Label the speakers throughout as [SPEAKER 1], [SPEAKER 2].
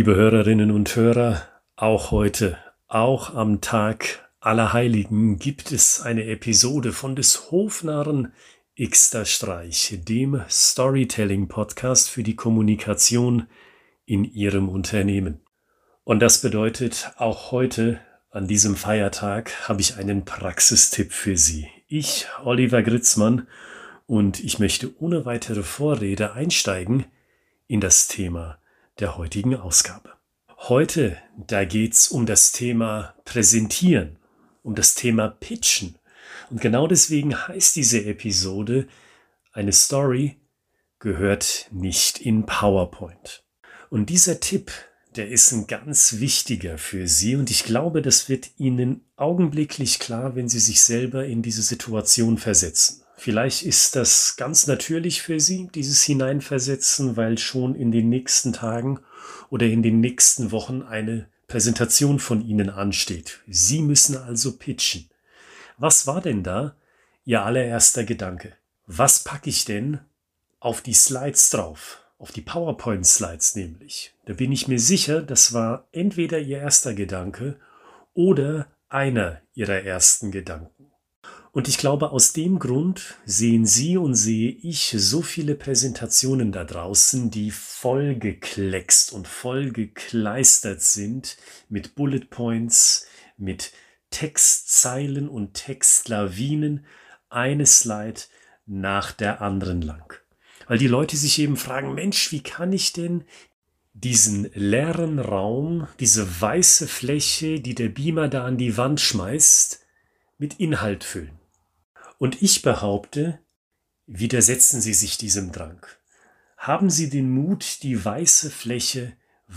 [SPEAKER 1] Liebe Hörerinnen und Hörer, auch heute, auch am Tag aller Heiligen gibt es eine Episode von des Hofnarren Xter Streich, dem Storytelling-Podcast für die Kommunikation in Ihrem Unternehmen. Und das bedeutet, auch heute an diesem Feiertag habe ich einen Praxistipp für Sie. Ich, Oliver Gritzmann, und ich möchte ohne weitere Vorrede einsteigen in das Thema der heutigen Ausgabe. Heute, da geht's um das Thema Präsentieren, um das Thema Pitchen. Und genau deswegen heißt diese Episode, eine Story gehört nicht in PowerPoint. Und dieser Tipp, der ist ein ganz wichtiger für Sie und ich glaube, das wird Ihnen augenblicklich klar, wenn Sie sich selber in diese Situation versetzen. Vielleicht ist das ganz natürlich für Sie, dieses Hineinversetzen, weil schon in den nächsten Tagen oder in den nächsten Wochen eine Präsentation von Ihnen ansteht. Sie müssen also pitchen. Was war denn da Ihr allererster Gedanke? Was packe ich denn auf die Slides drauf? Auf die PowerPoint-Slides nämlich. Da bin ich mir sicher, das war entweder Ihr erster Gedanke oder einer Ihrer ersten Gedanken. Und ich glaube, aus dem Grund sehen Sie und sehe ich so viele Präsentationen da draußen, die vollgekleckst und vollgekleistert sind mit Bullet Points, mit Textzeilen und Textlawinen, eine Slide nach der anderen lang. Weil die Leute sich eben fragen, Mensch, wie kann ich denn diesen leeren Raum, diese weiße Fläche, die der Beamer da an die Wand schmeißt, mit Inhalt füllen? Und ich behaupte, widersetzen Sie sich diesem Drang. Haben Sie den Mut, die weiße Fläche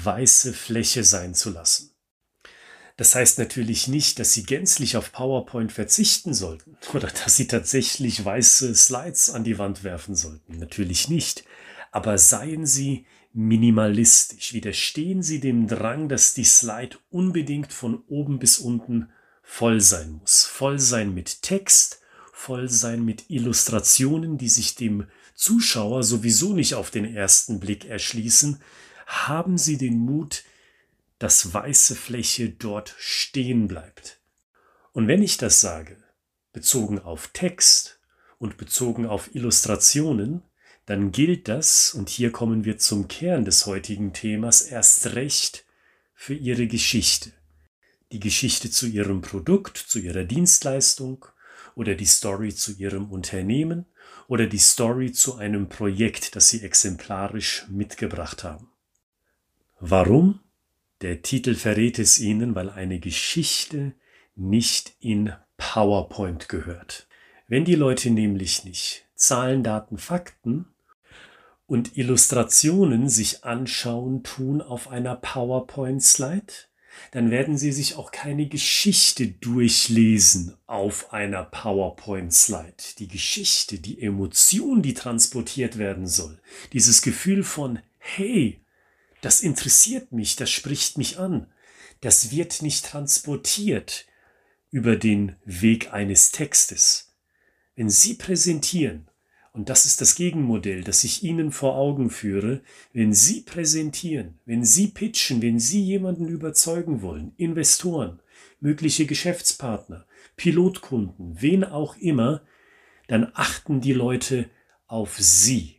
[SPEAKER 1] sein zu lassen. Das heißt natürlich nicht, dass Sie gänzlich auf PowerPoint verzichten sollten oder dass Sie tatsächlich weiße Slides an die Wand werfen sollten. Natürlich nicht. Aber seien Sie minimalistisch. Widerstehen Sie dem Drang, dass die Slide unbedingt von oben bis unten voll sein muss. Voll sein mit Text, voll sein mit Illustrationen, die sich dem Zuschauer sowieso nicht auf den ersten Blick erschließen. Haben Sie den Mut, dass weiße Fläche dort stehen bleibt. Und wenn ich das sage, bezogen auf Text und bezogen auf Illustrationen, dann gilt das, und hier kommen wir zum Kern des heutigen Themas, erst recht für Ihre Geschichte. Die Geschichte zu Ihrem Produkt, zu Ihrer Dienstleistung oder die Story zu Ihrem Unternehmen oder die Story zu einem Projekt, das Sie exemplarisch mitgebracht haben. Warum? Der Titel verrät es Ihnen, weil eine Geschichte nicht in PowerPoint gehört. Wenn die Leute nämlich nicht Zahlen, Daten, Fakten und Illustrationen sich anschauen tun auf einer PowerPoint-Slide, dann werden sie sich auch keine Geschichte durchlesen auf einer PowerPoint-Slide. Die Geschichte, die Emotion, die transportiert werden soll, dieses Gefühl von, hey, das interessiert mich, das spricht mich an, das wird nicht transportiert über den Weg eines Textes. Wenn Sie präsentieren, und das ist das Gegenmodell, das ich Ihnen vor Augen führe, wenn Sie präsentieren, wenn Sie pitchen, wenn Sie jemanden überzeugen wollen, Investoren, mögliche Geschäftspartner, Pilotkunden, wen auch immer, dann achten die Leute auf Sie.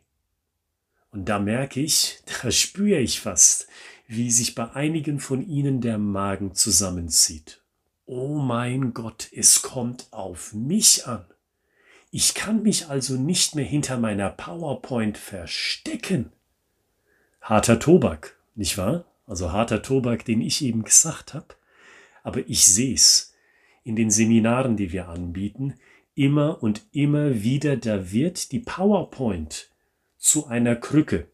[SPEAKER 1] Und da merke ich, da spüre ich fast, wie sich bei einigen von Ihnen der Magen zusammenzieht. Oh mein Gott, es kommt auf mich an. Ich kann mich also nicht mehr hinter meiner PowerPoint verstecken. Harter Tobak, nicht wahr? Also harter Tobak, den ich eben gesagt habe. Aber ich sehe es in den Seminaren, die wir anbieten, immer und immer wieder, da wird die PowerPoint zu einer Krücke,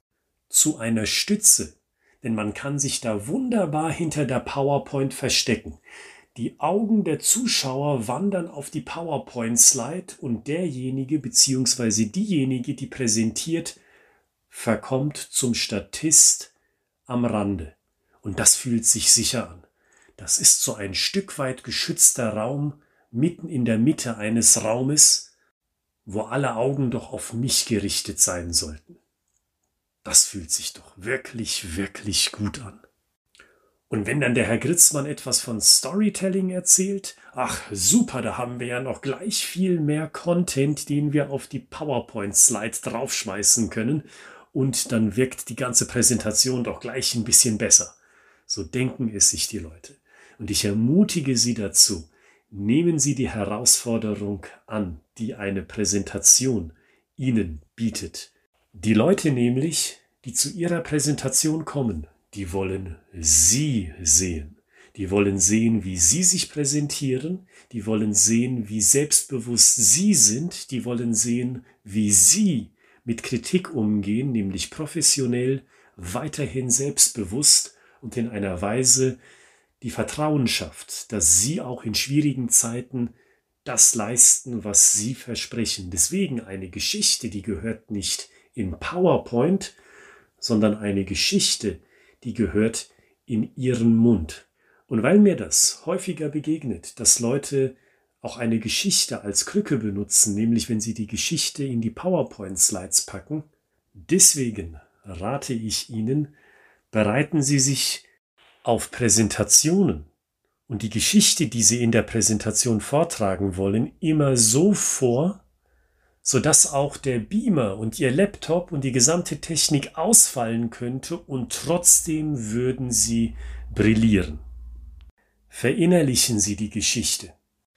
[SPEAKER 1] zu einer Stütze, denn man kann sich da wunderbar hinter der PowerPoint verstecken. Die Augen der Zuschauer wandern auf die PowerPoint-Slide und derjenige bzw. diejenige, die präsentiert, verkommt zum Statist am Rande. Und das fühlt sich sicher an. Das ist so ein Stück weit geschützter Raum mitten in der Mitte eines Raumes, wo alle Augen doch auf mich gerichtet sein sollten. Das fühlt sich doch wirklich, wirklich gut an. Und wenn dann der Herr Gritzmann etwas von Storytelling erzählt, ach super, da haben wir ja noch gleich viel mehr Content, den wir auf die PowerPoint-Slide draufschmeißen können und dann wirkt die ganze Präsentation doch gleich ein bisschen besser. So denken es sich die Leute. Und ich ermutige Sie dazu, nehmen Sie die Herausforderung an, die eine Präsentation Ihnen bietet. Die Leute nämlich, die zu Ihrer Präsentation kommen, die wollen Sie sehen. Die wollen sehen, wie Sie sich präsentieren. Die wollen sehen, wie selbstbewusst Sie sind. Die wollen sehen, wie Sie mit Kritik umgehen, nämlich professionell, weiterhin selbstbewusst und in einer Weise, die Vertrauen schafft, dass Sie auch in schwierigen Zeiten das leisten, was Sie versprechen. Deswegen eine Geschichte, die gehört nicht in PowerPoint, sondern eine Geschichte, die gehört in Ihren Mund. Und weil mir das häufiger begegnet, dass Leute auch eine Geschichte als Krücke benutzen, nämlich wenn sie die Geschichte in die PowerPoint-Slides packen, deswegen rate ich Ihnen, bereiten Sie sich auf Präsentationen und die Geschichte, die Sie in der Präsentation vortragen wollen, immer so vor, sodass auch der Beamer und Ihr Laptop und die gesamte Technik ausfallen könnte und trotzdem würden Sie brillieren. Verinnerlichen Sie die Geschichte.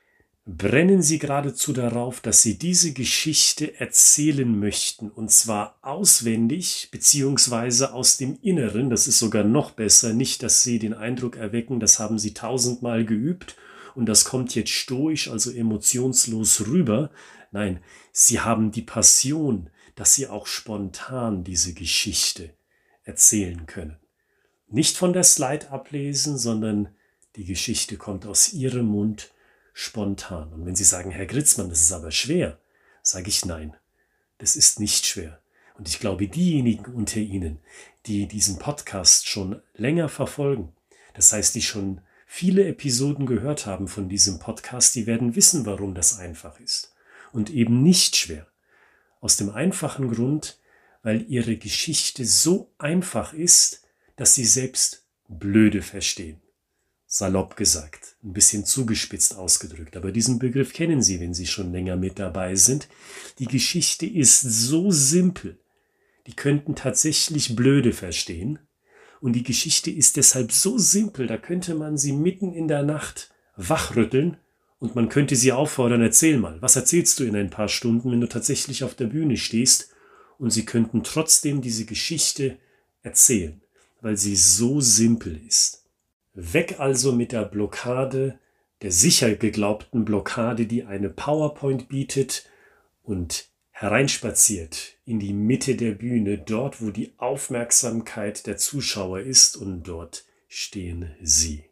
[SPEAKER 1] Brennen Sie geradezu darauf, dass Sie diese Geschichte erzählen möchten, und zwar auswendig beziehungsweise aus dem Inneren. Das ist sogar noch besser, nicht, dass Sie den Eindruck erwecken, das haben Sie 1000-mal geübt und das kommt jetzt stoisch, also emotionslos rüber. Nein, Sie haben die Passion, dass Sie auch spontan diese Geschichte erzählen können. Nicht von der Slide ablesen, sondern die Geschichte kommt aus Ihrem Mund spontan. Und wenn Sie sagen, Herr Gritzmann, das ist aber schwer, sage ich nein, das ist nicht schwer. Und ich glaube, diejenigen unter Ihnen, die diesen Podcast schon länger verfolgen, das heißt, die schon viele Episoden gehört haben von diesem Podcast, die werden wissen, warum das einfach ist. Und eben nicht schwer. Aus dem einfachen Grund, weil Ihre Geschichte so einfach ist, dass Sie selbst blöde verstehen. Salopp gesagt, ein bisschen zugespitzt ausgedrückt, aber diesen Begriff kennen Sie, wenn Sie schon länger mit dabei sind. Die Geschichte ist so simpel, die könnten tatsächlich Blöde verstehen. Und die Geschichte ist deshalb so simpel, da könnte man sie mitten in der Nacht wachrütteln und man könnte sie auffordern, erzähl mal, was erzählst du in ein paar Stunden, wenn du tatsächlich auf der Bühne stehst? Und sie könnten trotzdem diese Geschichte erzählen, weil sie so simpel ist. Weg also mit der Blockade, der sicher geglaubten Blockade, die eine PowerPoint bietet, und hereinspaziert in die Mitte der Bühne, dort, wo die Aufmerksamkeit der Zuschauer ist, und dort stehen Sie.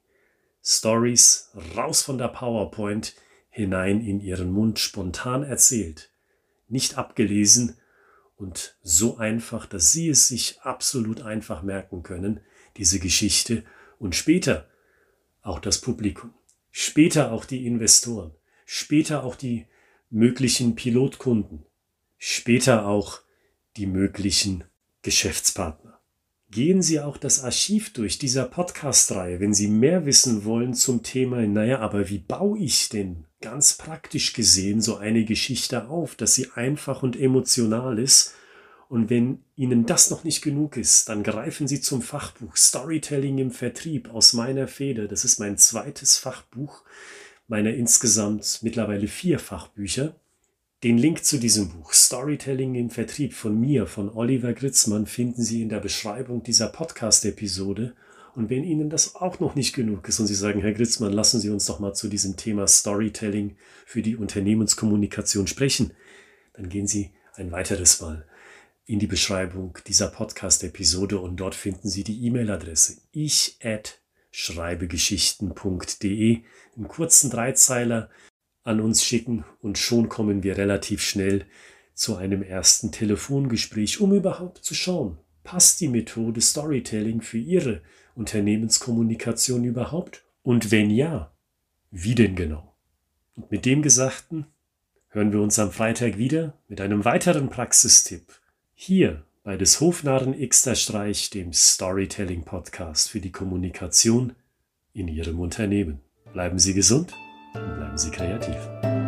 [SPEAKER 1] Stories raus von der PowerPoint, hinein in Ihren Mund, spontan erzählt, nicht abgelesen und so einfach, dass Sie es sich absolut einfach merken können, diese Geschichte, und später auch das Publikum, später auch die Investoren, später auch die möglichen Pilotkunden, später auch die möglichen Geschäftspartner. Gehen Sie auch das Archiv durch dieser Podcast-Reihe, wenn Sie mehr wissen wollen zum Thema, aber wie baue ich denn ganz praktisch gesehen so eine Geschichte auf, dass sie einfach und emotional ist. Und wenn Ihnen das noch nicht genug ist, dann greifen Sie zum Fachbuch Storytelling im Vertrieb aus meiner Feder. Das ist mein zweites Fachbuch meiner insgesamt mittlerweile 4 Fachbücher. Den Link zu diesem Buch Storytelling im Vertrieb von mir, von Oliver Gritzmann, finden Sie in der Beschreibung dieser Podcast-Episode. Und wenn Ihnen das auch noch nicht genug ist und Sie sagen, Herr Gritzmann, lassen Sie uns doch mal zu diesem Thema Storytelling für die Unternehmenskommunikation sprechen, dann gehen Sie ein weiteres Mal in die Beschreibung dieser Podcast-Episode und dort finden Sie die E-Mail-Adresse ich@schreibegeschichten.de, einen kurzen Dreizeiler an uns schicken und schon kommen wir relativ schnell zu einem ersten Telefongespräch, um überhaupt zu schauen, passt die Methode Storytelling für Ihre Unternehmenskommunikation überhaupt? Und wenn ja, wie denn genau? Und mit dem Gesagten hören wir uns am Freitag wieder mit einem weiteren Praxistipp hier bei des Hofnarren Xterstreich, dem Storytelling-Podcast für die Kommunikation in Ihrem Unternehmen. Bleiben Sie gesund und bleiben Sie kreativ.